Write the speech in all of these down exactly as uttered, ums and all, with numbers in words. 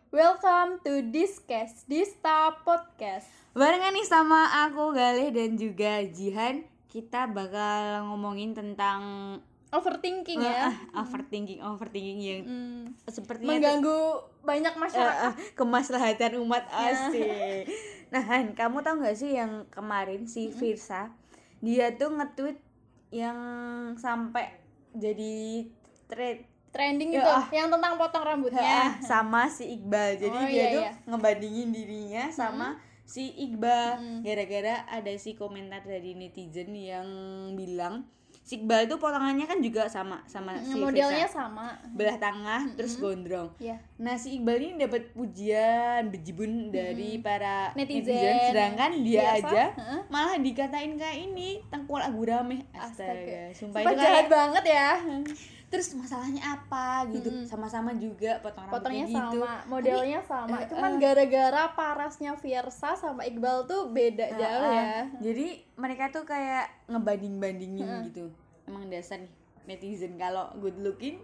Welcome to Discast, Dista Podcast. Barengan nih sama aku Galih dan juga Jihan, kita bakal ngomongin tentang overthinking ya. Uh, overthinking, overthinking yang hmm. sepertinya mengganggu tuh, banyak masyarakat. Uh, uh, kemaslahatan umat asik. Nah, Han, kamu tahu nggak sih yang kemarin si Virsa, dia tuh nge-tweet yang sampai jadi thread trending itu, ah, yang tentang potong rambutnya ah, sama si Iqbal. Jadi oh, dia iya, tuh iya. ngebandingin dirinya sama hmm. si Iqbal. hmm. Gara-gara ada si komentar dari netizen yang bilang si Iqbal tuh potongannya kan juga sama sama hmm, si modelnya Virsa. sama, belah tengah hmm. terus gondrong. yeah. Nah, si Iqbal ini dapat pujian bejibun hmm. dari para netizen, netizen sedangkan dia biasa aja huh? malah dikatain kayak ini tengkul agurameh. Astaga, sumpah itu jahat kayak banget ya. Terus masalahnya apa gitu, hmm. sama-sama juga potong potongnya rambutnya gitu, sama, modelnya Tapi, sama, uh, cuman uh, gara-gara parasnya Virsa sama Iqbal tuh beda uh, jauh uh, ya. Jadi mereka tuh kayak ngebanding-bandingin uh. gitu. Emang dasar nih netizen kalau good looking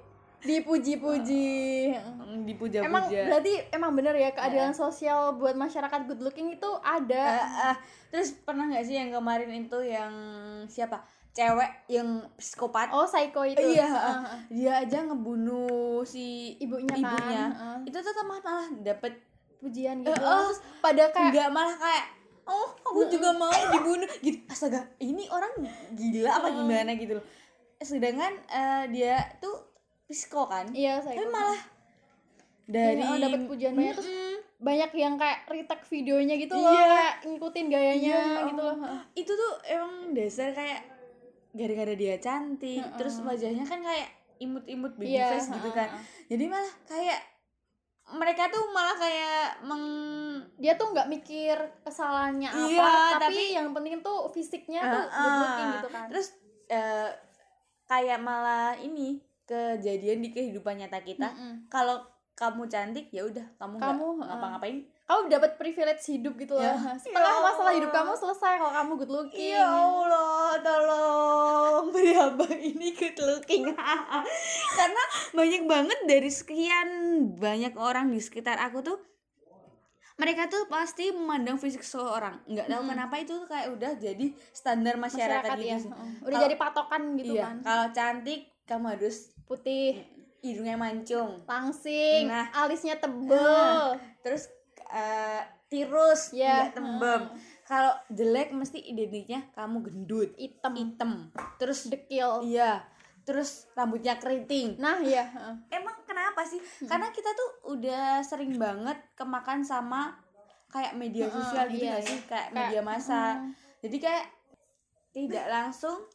dipuji-puji, uh, dipuja-puja. Emang berarti emang bener ya keadilan uh. sosial buat masyarakat good looking itu ada. Uh, uh. Terus pernah nggak sih yang kemarin itu yang siapa? Cewek yang psikopat. Oh, psycho itu. Iya, uh, uh, dia aja ngebunuh si ibunya, ibunya. Kan? Uh. Itu tuh malah dapet pujian gitu. Uh, uh, Terus pada kayak enggak, malah kayak oh, aku uh, juga mau dibunuh gitu. Astaga, ini orang gila apa gimana gitu loh. Sedangkan uh, dia tuh psiko kan? Iya, psycho. Tapi malah dari oh, dapat pujian banyak, terus banyak yang kayak retake videonya gitu loh, iya. kayak ngikutin gayanya iya, gitu loh. Itu tuh emang dasar kayak gara-gara dia cantik, uh-uh. terus wajahnya kan kayak imut-imut baby yeah, face gitu kan. Jadi malah kayak mereka tuh malah kayak meng dia tuh nggak mikir kesalahannya iya, apa, tapi, tapi yang penting tuh fisiknya uh, tuh good looking gitu kan. Terus uh, kayak malah ini kejadian di kehidupan nyata kita. Mm-mm. Kalau kamu cantik ya udah kamu nggak uh, ngapa-ngapain. Kamu dapat privilege hidup gitu loh. Ya. Setelah ya masalah hidup kamu selesai kalau kamu good looking. Ya Allah, tolong beri hamba ini good looking. Karena banyak banget dari sekian banyak orang di sekitar aku tuh, mereka tuh pasti memandang fisik seseorang. Nggak tahu hmm. kenapa itu kayak udah jadi standar masyarakat, masyarakat gitu. Ya. Udah kalo, jadi patokan gitu iya, kan. Kalau cantik kamu harus putih, hidungnya mancung, langsing, nah, alisnya tebel, nah, terus Uh, tirus, yeah. nggak tembem. Hmm. Kalau jelek mesti identiknya kamu gendut, hitam, hitam, terus dekil, iya, terus rambutnya keriting. Nah, iya. Emang kenapa sih? Hmm. Karena kita tuh udah sering banget kemakan sama kayak media sosial hmm, gitu nggak iya, sih, kayak, kayak media massa. Hmm. Jadi kayak tidak langsung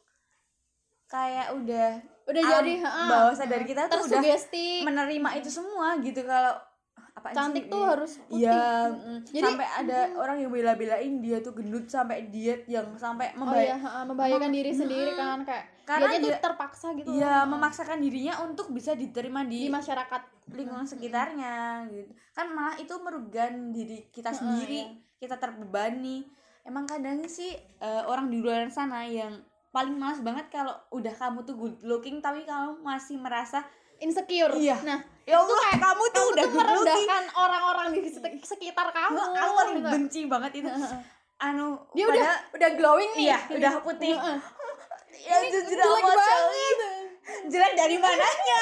kayak udah udah alam jadi bawah sadar kita tuh udah menerima hmm. itu semua gitu. Kalau apaan cantik sih? Tuh ya? Harus putih. Ya, jadi sampai ada mm, orang yang bela-belain dia tuh gendut sampai diet yang sampai membahaya, oh, iya, membahayakan mem- diri sendiri mm, kan kayak karena dia tuh terpaksa gitu. Iya, memaksakan dirinya untuk bisa diterima di, di masyarakat lingkungan sekitarnya gitu. Kan malah itu merugikan diri kita sendiri, mm, iya. Kita terbebani. Emang kadang sih uh, orang di luar sana yang paling malas banget kalau udah kamu tuh good looking tapi kamu masih merasa insecure. Iya. Nah, ya Allah, kayak kamu tuh kamu udah tuh merendahkan orang-orang di sekitar kamu. Aku paling gitu. Benci banget itu. Anu, dia pada, udah udah glowing nih. Iya, udah putih. Uh, ya jujur jelek banget. Jelek dari mananya?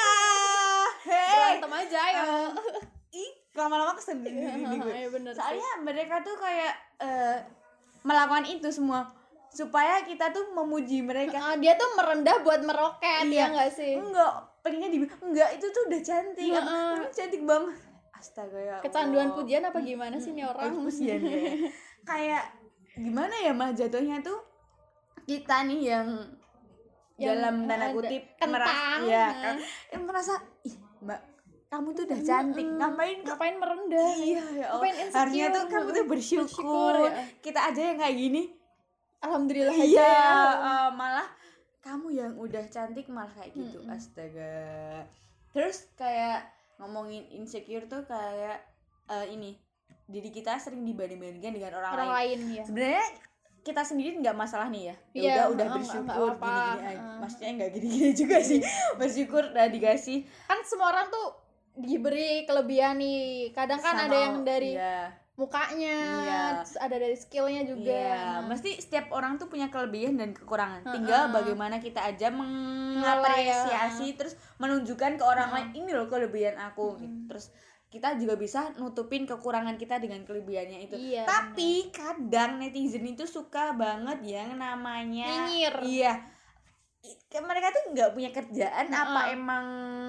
Hei, berantem aja ya. Uh, ih, lama-lama kesel diri gue. Iya, soalnya sih. Mereka tuh kayak uh, melakukan itu semua supaya kita tuh memuji mereka. Uh, dia tuh merendah buat meroket, iya. Ya enggak sih? Enggak. Pengennya di enggak itu tuh udah cantik, uh-uh. Aku cantik banget. Astaga ya. Kecanduan pujian apa gimana sih nih orang? Pujian ya. Kayak gimana ya mah jatuhnya tuh kita nih yang, yang dalam tanda kutip merasa ya, kan, yang merasa ih Mbak kamu tuh udah cantik, mm-hmm. ngapain ngapain merendah? Iya ya Allah. Harusnya tuh kamu tuh bersyukur. bersyukur ya. Kita aja yang kayak gini. Alhamdulillah iya, aja. Uh, malah kamu yang udah cantik malah kayak gitu. Mm-hmm. Astaga. Terus kayak ngomongin insecure tuh kayak uh, ini diri kita sering dibanding-bandingkan dengan orang, orang lain. lain ya. Sebenarnya kita sendiri nggak masalah nih ya. Ya yeah, udah udah bersyukur gini-gini aja. Uh. Maksudnya nggak gini-gini juga sih. Bersyukur udah dikasih. Kan semua orang tuh diberi kelebihan nih. Kadang kan Sama, ada yang dari iya. mukanya, Iya. terus ada dari skillnya juga. Iya, mesti setiap orang tuh punya kelebihan dan kekurangan. Uh-uh. Tinggal bagaimana kita aja mengapresiasi, terus menunjukkan ke orang Uh-uh. lain, ini loh kelebihan aku. Uh-uh. Gitu. Terus kita juga bisa nutupin kekurangan kita dengan kelebihannya itu. Iya, Tapi kadang netizen itu suka banget yang namanya nyinyir. Iya. I- Mereka tuh nggak punya kerjaan, Uh-uh. apa emang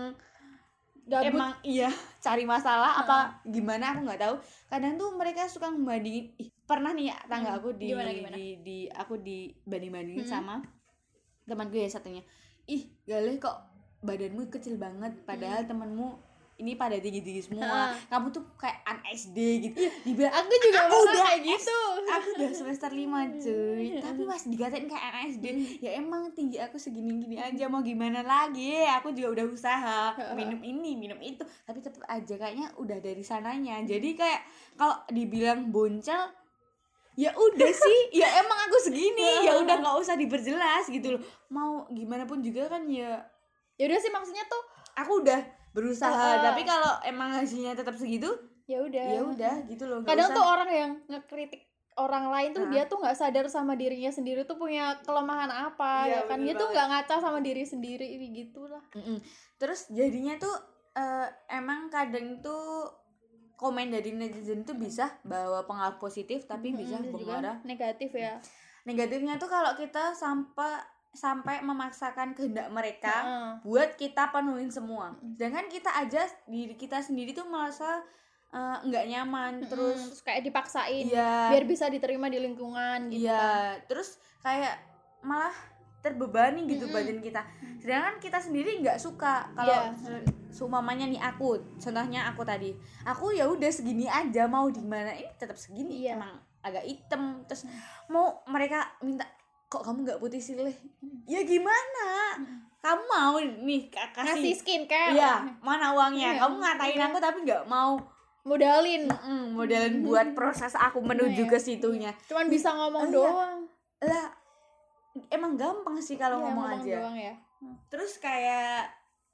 Gabut. emang iya cari masalah apa gimana aku nggak tahu. Kadang tuh mereka suka membandingin. Ih, pernah nih ya tangga Hmm, aku di, gimana, gimana? di di aku dibanding-bandingin Hmm. sama temanku ya satunya. Ih, Galih kok badanmu kecil banget padahal Hmm. temanmu ini pada tinggi-tinggi semua. Ha. Kamu tuh kayak anak S D gitu. Dibilang Aku juga aku merasa udah kayak gitu. aku udah semester lima cuy, tapi masih dikatain kayak anak S D. Ya emang tinggi aku segini-gini aja, mau gimana lagi? Aku juga udah usaha minum ini, minum itu, tapi tetap aja kayaknya udah dari sananya. Jadi kayak kalau dibilang boncel, ya udah sih, ya emang aku segini, ya udah nggak usah diperjelas gitu loh. Mau gimana pun juga kan ya. Ya udah sih, maksudnya tuh Aku udah berusaha, Uh-uh. tapi kalau emang hasilnya tetap segitu, ya udah. ya udah gitu loh. nggak Kadang usah. tuh orang yang ngekritik orang lain tuh Nah. dia tuh nggak sadar sama dirinya sendiri tuh punya kelemahan apa, Iya, ya kan bener dia tuh banget. nggak ngaca sama diri sendiri gitulah. Mm-mm. Terus jadinya tuh eh, emang kadang tuh komen dari netizen tuh bisa bawa pengaruh positif, tapi Mm-mm, bisa bisa juga berpengaruh negatif ya. negatifnya tuh kalau kita sampai sampai memaksakan kehendak mereka Heeh. buat kita penuhin semua. Mm-mm. Sedangkan kita aja diri kita sendiri tuh merasa eh, nggak nyaman. Mm-mm, Terus terus kayak dipaksain iya, biar bisa diterima di lingkungan gitu kan. iya, terus kayak malah terbebani gitu Mm-mm. badan kita. Sedangkan kita sendiri nggak suka kalau Iya. se- seumpamanya nih aku, contohnya aku tadi, aku ya udah segini aja, mau di mana ini tetap segini, Iya. emang agak hitam. Terus mau mereka minta kok kamu nggak putih sih Leh? Ya gimana? Kamu mau nih ka- Ngasih kasih? skincare, Iya, mana uangnya? Iya. Kamu ngatain Iya. aku tapi nggak mau modalin, mm, modelin buat proses aku menuju Iya. ke situnya. cuman bisa ngomong Iya. doang. Lah emang gampang sih kalau Iya, ngomong ngomong aja. doang ya. Terus kayak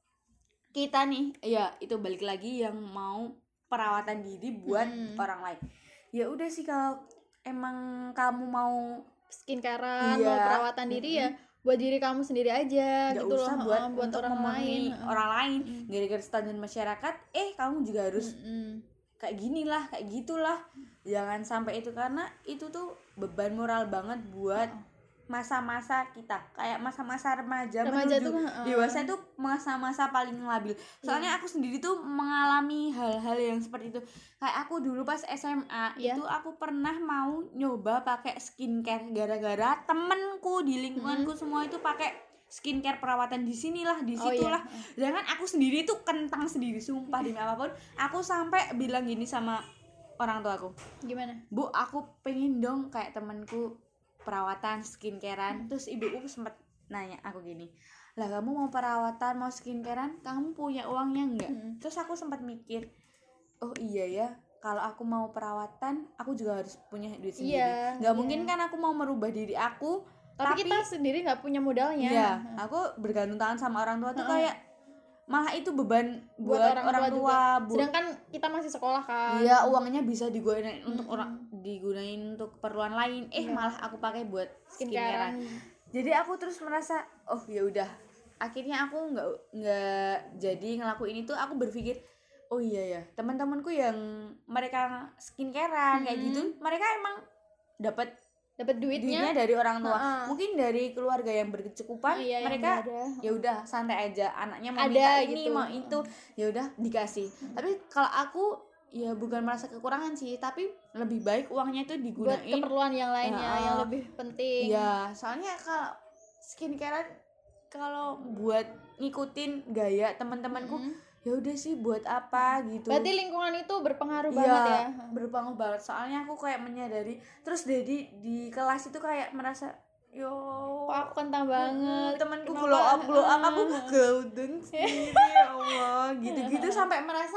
kita nih, ya itu balik lagi yang mau perawatan diri buat Mm. orang lain. Ya udah sih kalau emang kamu mau Skincarean, Iya. mau perawatan diri ya buat diri kamu sendiri aja nggak gitu usah loh, buat, heeh, buat untuk orang memenuhi lain. heeh. orang lain. Mm. Gara-gara standar masyarakat, eh kamu juga harus Mm-mm. kayak gini lah, kayak gitulah. Jangan sampai itu, karena itu tuh beban moral banget buat masa-masa kita, kayak masa-masa remaja, Remaja menuju tuh, heeh. dewasa itu masa-masa paling labil. Soalnya aku sendiri tuh mengalami hal-hal yang seperti itu. Kayak aku dulu pas S M A Iya. itu aku pernah mau nyoba pakai skincare gara-gara temenku di lingkunganku semua itu pakai skincare perawatan di sinilah, di Oh, iya. situlah. Sedangkan aku sendiri tuh kentang sendiri, sumpah demi apapun. Aku sampai bilang gini sama orang tua aku, Gimana? Bu, aku pengen dong kayak temanku perawatan skincarean. Terus ibuku sempat nanya aku gini, lah kamu mau perawatan mau skincarean kamu punya uangnya enggak? Mm. Terus aku sempat mikir, oh iya ya, kalau aku mau perawatan aku juga harus punya duit sendiri. Iya, Nggak iya. mungkin kan aku mau merubah diri aku Tapi, tapi, kita sendiri nggak punya modalnya. iya, aku bergantung tangan sama orang tua tuh Heeh. kayak malah itu beban buat, buat, orang, orang, tua, tua, juga. bu- Sedangkan kita masih sekolah kan. Iya, uangnya bisa digunain untuk Mm-mm. orang digunain untuk keperluan lain. Eh, Iya. malah aku pakai buat Skincarean. skincarean. Jadi aku terus merasa, oh ya udah. Akhirnya aku nggak nggak jadi ngelakuin itu. Aku berpikir, oh iya ya, teman-temanku yang mereka skincarean kayak Mm-mm. gitu, mereka emang dapat Dapat duitnya duitnya. dari orang tua. Heeh. Mungkin dari keluarga yang berkecukupan, Oh, iya, yang mereka nggak ada. ya udah santai aja, anaknya mau Ada minta ini gitu. mau itu, ya udah dikasih. Tapi kalau aku ya bukan merasa kekurangan sih, tapi lebih baik uangnya itu Buat digunain. keperluan yang lainnya Heeh. yang lebih penting. Ya, soalnya kalau skincare kalau buat ngikutin gaya teman-temanku, Mm-mm. ya udah sih buat apa gitu. Berarti lingkungan itu berpengaruh Iya, banget ya. berpengaruh banget. Soalnya aku kayak menyadari, terus jadi di kelas itu kayak merasa, yo Kok aku kentang banget. temanku Kenapa? glow up glow up, aku Heeh. golden sendiri, ya Allah, gitu-gitu sampai merasa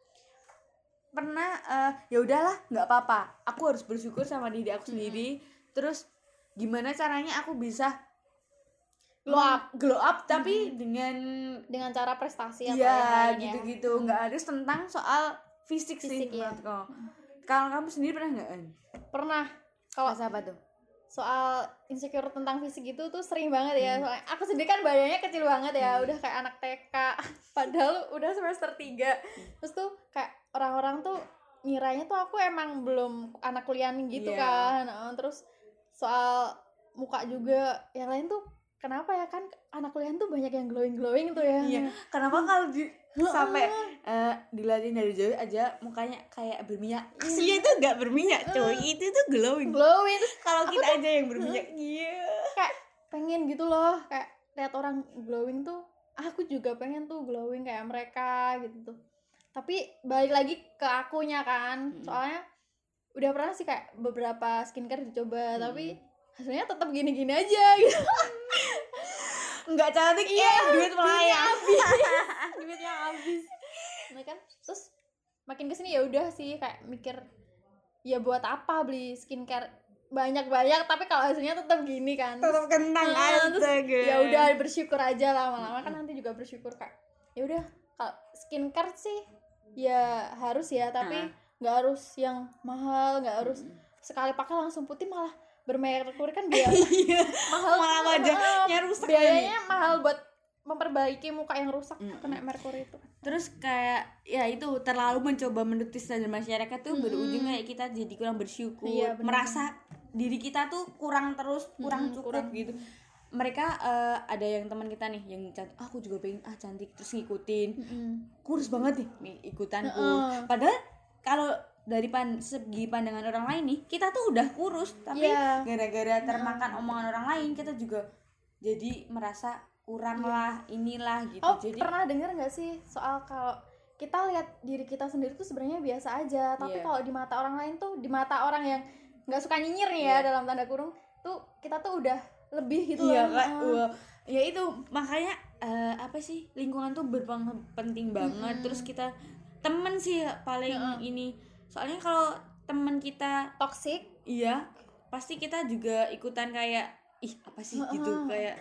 pernah eh, ya udahlah nggak apa-apa, aku harus bersyukur sama diri aku sendiri. Terus gimana caranya aku bisa glow up glow up tapi hmm. dengan dengan cara prestasi atau ya, yang lain gitu-gitu ya. Nggak harus tentang soal fisik, fisik sih ya. Menurutku. Kalau kamu sendiri pernah nggak? Pernah. Kalau apa tuh? Soal insecure tentang fisik itu tuh sering banget ya. Hmm. Soalnya aku sendiri kan badannya kecil banget ya, hmm. udah kayak anak T K. Padahal udah semester tiga. Hmm. Terus tuh kayak orang-orang tuh ngiranya tuh aku emang belum anak kuliah gitu yeah. kan. Terus soal muka juga yang lain tuh kenapa ya kan anak kuliah tuh banyak yang glowing-glowing tuh ya. Iya. Kenapa kalau di sampai uh, dilihatin dari jauh aja mukanya kayak berminyak. Aslinya itu enggak berminyak, coy. Itu tuh glowing. Glowing. Kalau kita tuh, aja yang berminyak. Iya. Yeah. Kayak pengen gitu loh, kayak lihat orang glowing tuh, aku juga pengen tuh glowing kayak mereka gitu tuh. Tapi balik lagi ke akunya kan. Hmm. Soalnya udah pernah sih kayak beberapa skincare dicoba, hmm. tapi hasilnya tetap gini-gini aja gitu. Nggak cantik ya, duit melayang. Duitnya habis. Nah kan, terus makin kesini ya udah sih kayak mikir ya buat apa beli skincare banyak-banyak tapi kalau hasilnya tetap gini kan. Tetap kentang nah, aja gitu. Ya udah bersyukur aja lama-lama kan nanti juga bersyukur kayak ya udah kalau skincare sih ya harus ya tapi nggak uh. harus yang mahal, nggak harus hmm. sekali pakai langsung putih malah bermerkuri kan biaya mahal malah wajahnya rusak biayanya nih. Mahal buat memperbaiki muka yang rusak mm-hmm. kena merkuri itu. Terus kayak ya itu terlalu mencoba menutupi standar masyarakat tuh mm-hmm. berujung kayak kita jadi kurang bersyukur, iya, merasa diri kita tuh kurang terus kurang mm-hmm, cukup kurang. Gitu. Mereka uh, ada yang teman kita nih yang cantik, ah, aku juga pengen ah cantik terus ngikutin, mm-hmm. kurus banget nih, nih ikutanku. Uh-uh. Padahal kalau dari pan, segi pandangan orang lain nih kita tuh udah kurus tapi yeah. gara-gara termakan nah. omongan orang lain kita juga jadi merasa kurang yeah. lah inilah gitu. Oh, jadi pernah dengar nggak sih soal kalau kita lihat diri kita sendiri tuh sebenarnya biasa aja tapi yeah. kalau di mata orang lain tuh di mata orang yang nggak suka nyinyir nih yeah. ya dalam tanda kurung tuh kita tuh udah lebih gitu yeah, loh. Kan, uh. ya itu makanya uh, apa sih lingkungan tuh berpenting banget. Mm-hmm. Terus kita temen sih paling mm-hmm. ini. Soalnya kalau teman kita toksik, iya, pasti kita juga ikutan kayak ih apa sih uh-uh. gitu kayak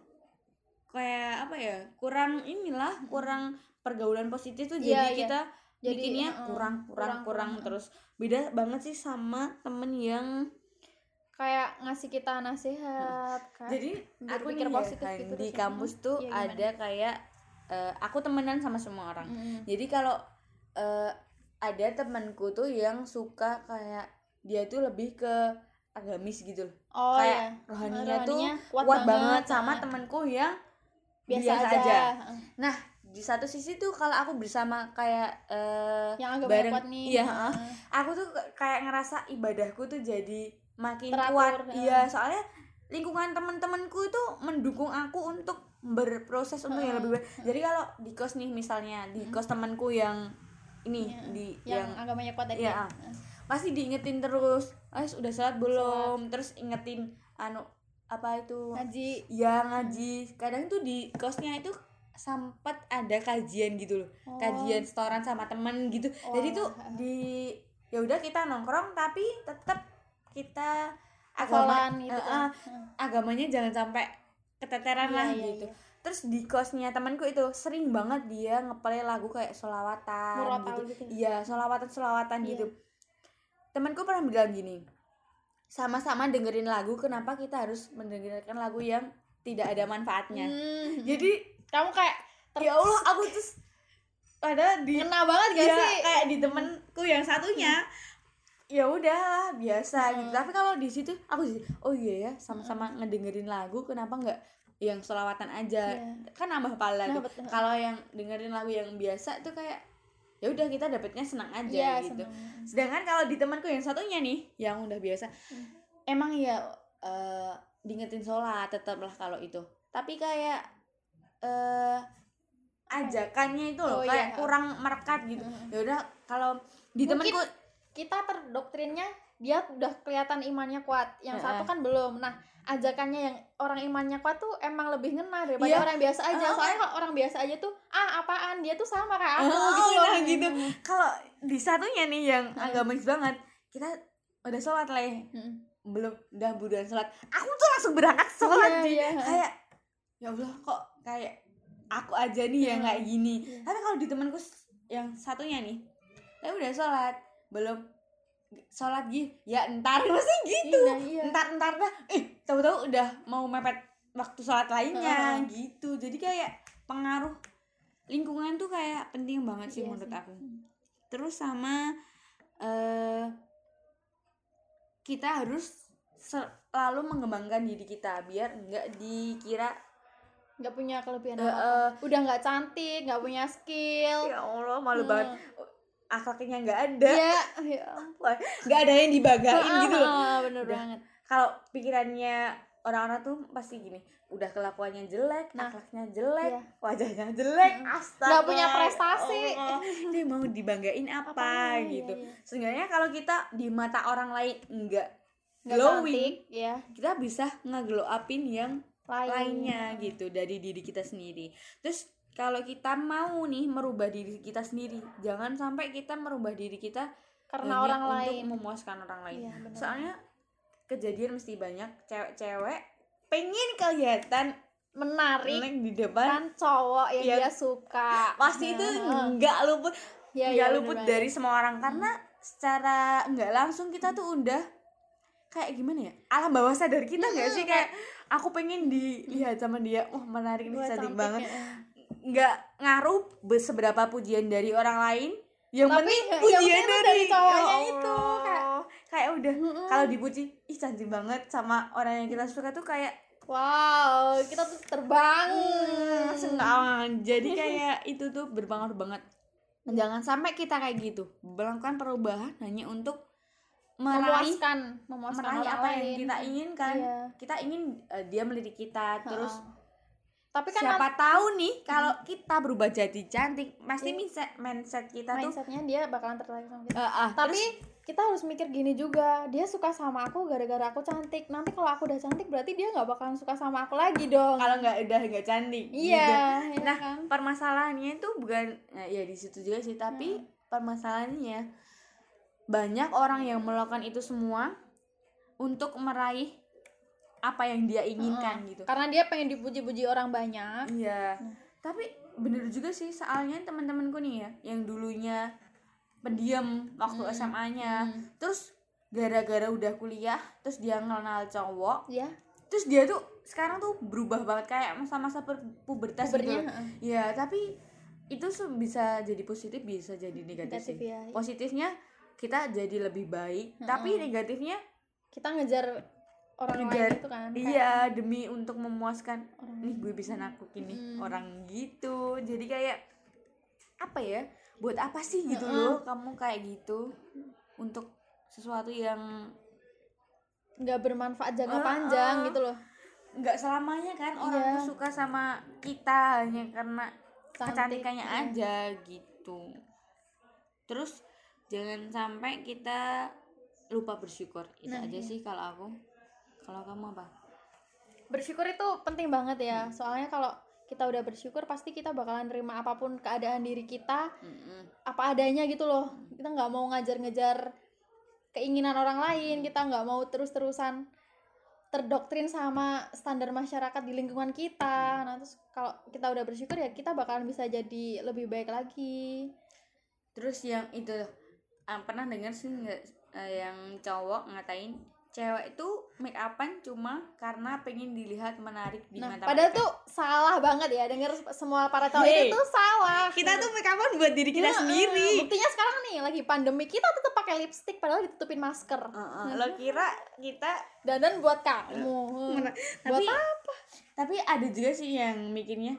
kayak apa ya? Kurang inilah, kurang pergaulan positif tuh yeah, jadi yeah. kita jadi, bikinnya uh, kurang kurang kurang uh. terus. Beda banget sih sama temen yang kayak ngasih kita nasihat. Hmm. Jadi aku nih positif ya, gitu di kampus tuh ya, ada kayak uh, aku temenan sama semua orang. Mm. Jadi kalau uh, ada temanku tuh yang suka kayak dia tuh lebih ke agamis gitu loh. Oh, kayak iya. rohaninya tuh kuat, kuat banget, banget sama nah. temanku yang biasa, biasa aja. aja. Nah, di satu sisi tuh kalau aku bersama kayak uh, yang agak bareng kuat nih. Iya, uh. aku tuh kayak ngerasa ibadahku tuh jadi makin teratur, kuat. Uh. Iya, soalnya lingkungan teman-temanku itu mendukung aku untuk berproses untuk uh. yang lebih baik. Jadi kalau di kos nih misalnya, di kos temanku yang ini ya, di yang, yang agamanya kuat tadi ya, ya. Pasti diingetin terus, ah udah sholat belum, sholat. Terus ingetin anu apa itu ngaji, ya ngaji. Kadang tuh di kosnya itu sempat ada kajian gitu loh, oh. kajian setoran sama temen gitu. Oh. Jadi tuh di ya udah kita nongkrong tapi tetap kita agama gitu uh, uh, agamanya jangan sampai keteteran ya, lah ya, gitu. Ya. Terus di kosnya temanku itu sering banget dia ngeplay lagu kayak sholawatan Murotal gitu. Iya, gitu. sholawatan-sholawatan yeah. gitu. Temanku pernah bilang gini, sama-sama dengerin lagu, kenapa kita harus mendengarkan lagu yang tidak ada manfaatnya? Hmm. Jadi kamu kayak ter- ya Allah, aku terus ada di ngena banget gak ya, sih? Kayak di temanku yang satunya. Hmm. Ya udahlah, biasa hmm. gitu. Tapi kalau di situ aku sih, oh iya ya, sama-sama hmm. ngedengerin lagu, kenapa enggak yang sholawatan aja, yeah. kan nambah pahala nah, tuh. Kalau yang dengerin lagu yang biasa tuh kayak ya udah kita dapetnya senang aja yeah, gitu. Senang. Sedangkan kalau di temanku yang satunya nih yang udah biasa, hmm. emang ya uh, diingetin sholat tetaplah kalau itu. Tapi kayak uh, ajakannya itu loh oh, kayak iya. kurang merekat gitu. Hmm. Ya udah kalau di mungkin temanku kita terdoktrinnya dia udah kelihatan imannya kuat, yang uh-uh. satu kan belum. Nah ajakannya yang orang imannya kuat tuh emang lebih ngena daripada yeah. orang biasa aja. Uh, Soalnya kalau orang biasa aja tuh ah apaan, dia tuh sama kayak aku uh, gitu loh. Nah, gitu. Hmm. Kalau di satunya nih yang hmm. agamis banget, kita udah sholat lah ya. Hmm. Belum udah buruan sholat. Aku tuh langsung berangkat sholat. Oh, yeah, yeah. Kayak ya Allah kok kayak aku aja nih yang kayak gini. Iya. Tapi kalau di temanku yang satunya nih, saya udah sholat belum sholat gitu ya ntar masih gitu. Iya, iya. Entar entar dah eh tahu-tahu udah mau mepet waktu sholat lainnya Uh-uh. gitu. Jadi kayak pengaruh lingkungan tuh kayak penting banget sih Iya menurut sih. aku. Terus sama eh kita harus selalu mengembangkan diri kita biar nggak dikira Nggak punya kelebihan Eh, apa eh. udah nggak cantik, nggak punya skill. ya Allah malu Hmm. banget akhlaknya nggak ada, Iya, ya Wah, nggak ada yang dibanggain gitu loh. Ah, bener Udah. banget. Kalau pikirannya orang-orang tuh pasti gini, udah kelakuannya jelek, Nah, akhlaknya jelek, iya. wajahnya jelek, astaga, Nggak punya prestasi. oh, dia mau dibanggain apa, Apanya, gitu. iya, iya. Sebenarnya kalau kita di mata orang lain enggak Nggak glowing, cantik, ya kita bisa nge-glow upin yang lain. lainnya gitu dari diri kita sendiri. Terus kalau kita mau nih merubah diri kita sendiri, jangan sampai kita merubah diri kita Karena hanya orang untuk lain. memuaskan orang lain. Iya, benar. Soalnya kejadian mesti banyak cewek-cewek pengen kelihatan Menarik menarik di depan, kan cowok yang Iya. dia suka. pasti itu Nah, nggak luput Iya, nggak iya, luput bener dari semua orang karena secara nggak langsung kita tuh udah kayak gimana ya, alam bawah sadar kita nggak sih kayak aku pengen dilihat sama dia, wah menarik nih, Wah, cantik cantik banget, ya. nggak ngaruh be- seberapa pujian dari orang lain, yang Tapi penting yang pujian penting tuh dari, dari cowoknya Ya itu, Allah. kayak- kayak udah Mm-mm. kalau dipuji ih cantik banget sama orang yang kita suka tuh kayak Wow, kita tuh terbang. hmm, senang. Jadi kayak itu tuh berpengaruh banget. Jangan sampai kita kayak gitu melakukan perubahan hanya untuk meraih memuaskan, memuaskan meraih orang apa lain. yang kita inginkan. Iya. Kita ingin uh, dia melirik kita, terus Ha-ha. Tapi kan siapa tahu nih kalau kita berubah jadi cantik, pasti Iya. mindset mindset kita tuh mindsetnya dia bakalan tertarik sama kita. uh, ah, Tapi terus- kita harus mikir gini juga, dia suka sama aku gara-gara aku cantik. Nanti kalau aku udah cantik berarti dia nggak bakalan suka sama aku lagi dong. kalau nggak udah nggak cantik. Iya, gitu. ya Nah, kan? permasalahannya itu bukan nah, ya di situ juga sih, tapi permasalahannya banyak orang yang melakukan itu semua untuk meraih apa yang dia inginkan Heeh. gitu. Karena dia pengen dipuji-puji orang banyak. Iya. Tapi bener juga sih, soalnya teman-temanku nih ya yang dulunya pendiam waktu Hmm. S M A-nya, Hmm. terus gara-gara udah kuliah, terus dia kenal cowok, Ya, terus dia tuh sekarang tuh berubah banget kayak masa-masa per- pubertas gitu. pubernya heeh. Ya, tapi itu se- bisa jadi positif, bisa jadi negatif, Negatif sih. ya. Positifnya kita jadi lebih baik, tapi negatifnya Kita ngejar orang ngejar lain itu kan. kayak iya demi untuk memuaskan orang nih gue bisa naklukin nih Mm. orang gitu. Jadi kayak apa ya? Buat apa sih gitu Mm-mm. loh kamu kayak gitu untuk sesuatu yang nggak bermanfaat jangka Uh-uh. panjang gitu loh. nggak selamanya kan orang Iya. tuh suka sama kita hanya karena Cantik, kecantikannya iya. aja gitu. Terus jangan sampai kita lupa bersyukur. Itu Nah, aja iya. sih kalau aku. Kalau kamu apa? Bersyukur itu penting banget ya. Soalnya kalau kita udah bersyukur pasti kita bakalan terima apapun keadaan diri kita Mm-mm. apa adanya gitu loh. Kita nggak mau ngajar-ngejar keinginan orang lain, kita nggak mau terus-terusan terdoktrin sama standar masyarakat di lingkungan kita. Nah, terus kalau kita udah bersyukur ya kita bakalan bisa jadi lebih baik lagi. Terus yang itu ah, pernah dengar sih nggak eh, yang cowok ngatain cewek itu make upan cuma karena pengen dilihat menarik di Nah, mata padahal mereka. tuh salah banget ya, denger semua para cowok Hey, itu tuh salah. Kita tuh make upan buat diri kita Ya, sendiri. buktinya sekarang nih lagi pandemi kita tetap pakai lipstick padahal ditutupin masker. Uh-uh. Lo kira kita Dandan buat kamu. Mana- Buat tapi apa? tapi ada juga sih yang mikirnya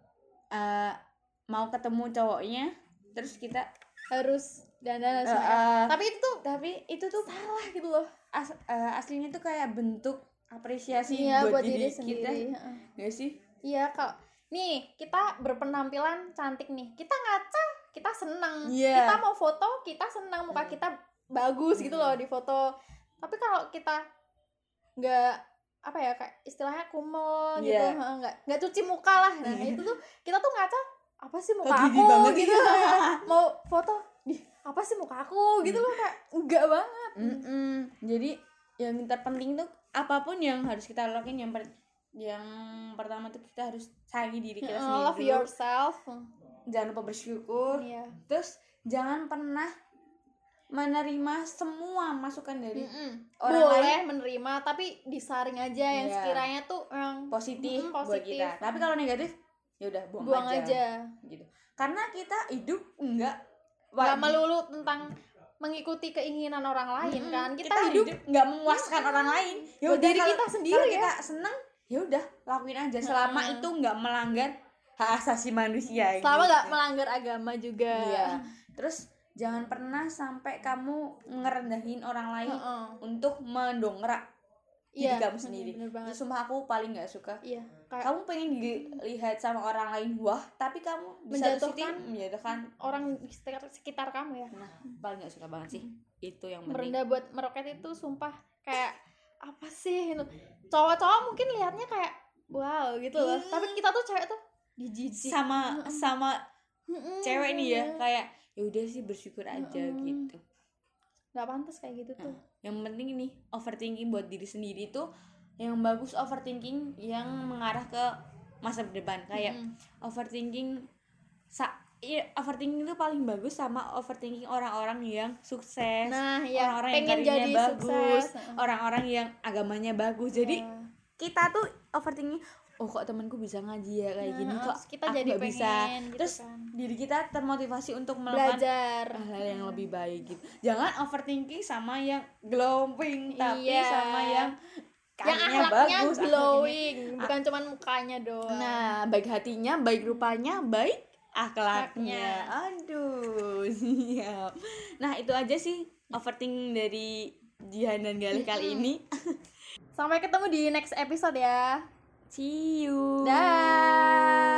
eh, mau ketemu cowoknya terus kita Harus dandan eh, harus make up. eh, Tapi itu tuh tapi itu tuh salah gitu loh. as, eh, aslinya tuh kayak bentuk apresiasi Iya, buat, buat diri, diri kita sendiri. Heeh. nggak sih? Iya, kalau nih kita berpenampilan cantik nih, kita ngaca, kita senang. Iya. Kita mau foto, kita senang muka Hmm. kita bagus gitu loh di foto. Tapi kalau kita nggak apa ya kayak istilahnya kumel gitu, Iya. heeh, nggak nggak cuci muka lah. Nah Iya. itu tuh kita tuh ngaca apa sih muka Kok gini aku banget gitu. ya? Mau foto, di apa sih muka aku gitu loh kayak enggak banget. Mm-mm. Jadi yang terpenting tuh apapun yang harus kita lakuin yang per- yang pertama tuh kita harus sayangi diri kita Uh, sendiri love dulu. yourself. Jangan lupa bersyukur. Iya. Terus jangan pernah menerima semua masukan dari Mm-mm. orang Boleh lain menerima tapi disaring aja yang Iya. sekiranya tuh yang positif, Mm-mm, buat positif. kita. Tapi kalau negatif ya udah buang, buang aja. aja. Gitu. Karena kita hidup enggak Nggak melulu tentang mengikuti keinginan orang lain Mm-mm. kan. Kita, kita hidup hidup nggak memuaskan orang lain. Ya buat udah, diri kalau- kita sendiri kalau ya. kita seneng ya udah lakuin aja selama Mm-mm. itu nggak melanggar hak asasi manusia. selama gitu. nggak melanggar agama juga. Iya. Terus jangan pernah sampai kamu ngerendahin orang lain Heeh. untuk mendongkrak diri Iya, kamu sendiri. bener banget. Itu sumpah aku paling nggak suka. Iya, kayak Kamu pengen dilihat sama orang lain wah, tapi kamu di satu sisi Menjatuhkan menjatuhkan. orang di sekitar, sekitar kamu ya. Nah, paling nggak suka banget sih. Itu yang penting. Merendah buat meroket itu sumpah kayak apa sih itu. Cowok-cowok mungkin lihatnya kayak wow gitu loh. Hmm. Tapi kita tuh cewek tuh dijijik. Sama sama Mm-mm. cewek nih ya, kayak ya udah sih bersyukur aja Mm-mm. gitu. Nggak pantas kayak gitu tuh. Yang penting ini overthinking buat diri sendiri tuh yang bagus overthinking yang mengarah ke masa depan. Kayak Mm-mm. overthinking sa iya, overthinking itu paling bagus sama overthinking orang-orang yang sukses, Nah, ya orang-orang yang pengen karirnya jadi bagus, sukses. orang-orang yang agamanya bagus. Jadi Ya. kita tuh overthinking, oh kok temanku bisa ngaji ya kayak Nah, gini, kok terus kita aku jadi nggak bisa. pengen gitu Terus kan. diri kita termotivasi untuk melakukan Belajar. hal yang lebih baik gitu. Jangan overthinking sama yang glowing, tapi Iya. sama yang Yang karirnya akhlaknya bagus, glowing, bukan cuman mukanya doang. Nah, baik hatinya, baik rupanya, baik akhlaknya. Aduh, siap. Nah, itu aja sih overthinking dari Jihan dan Galih kali ini. Sampai ketemu di next episode ya. See you. Dah.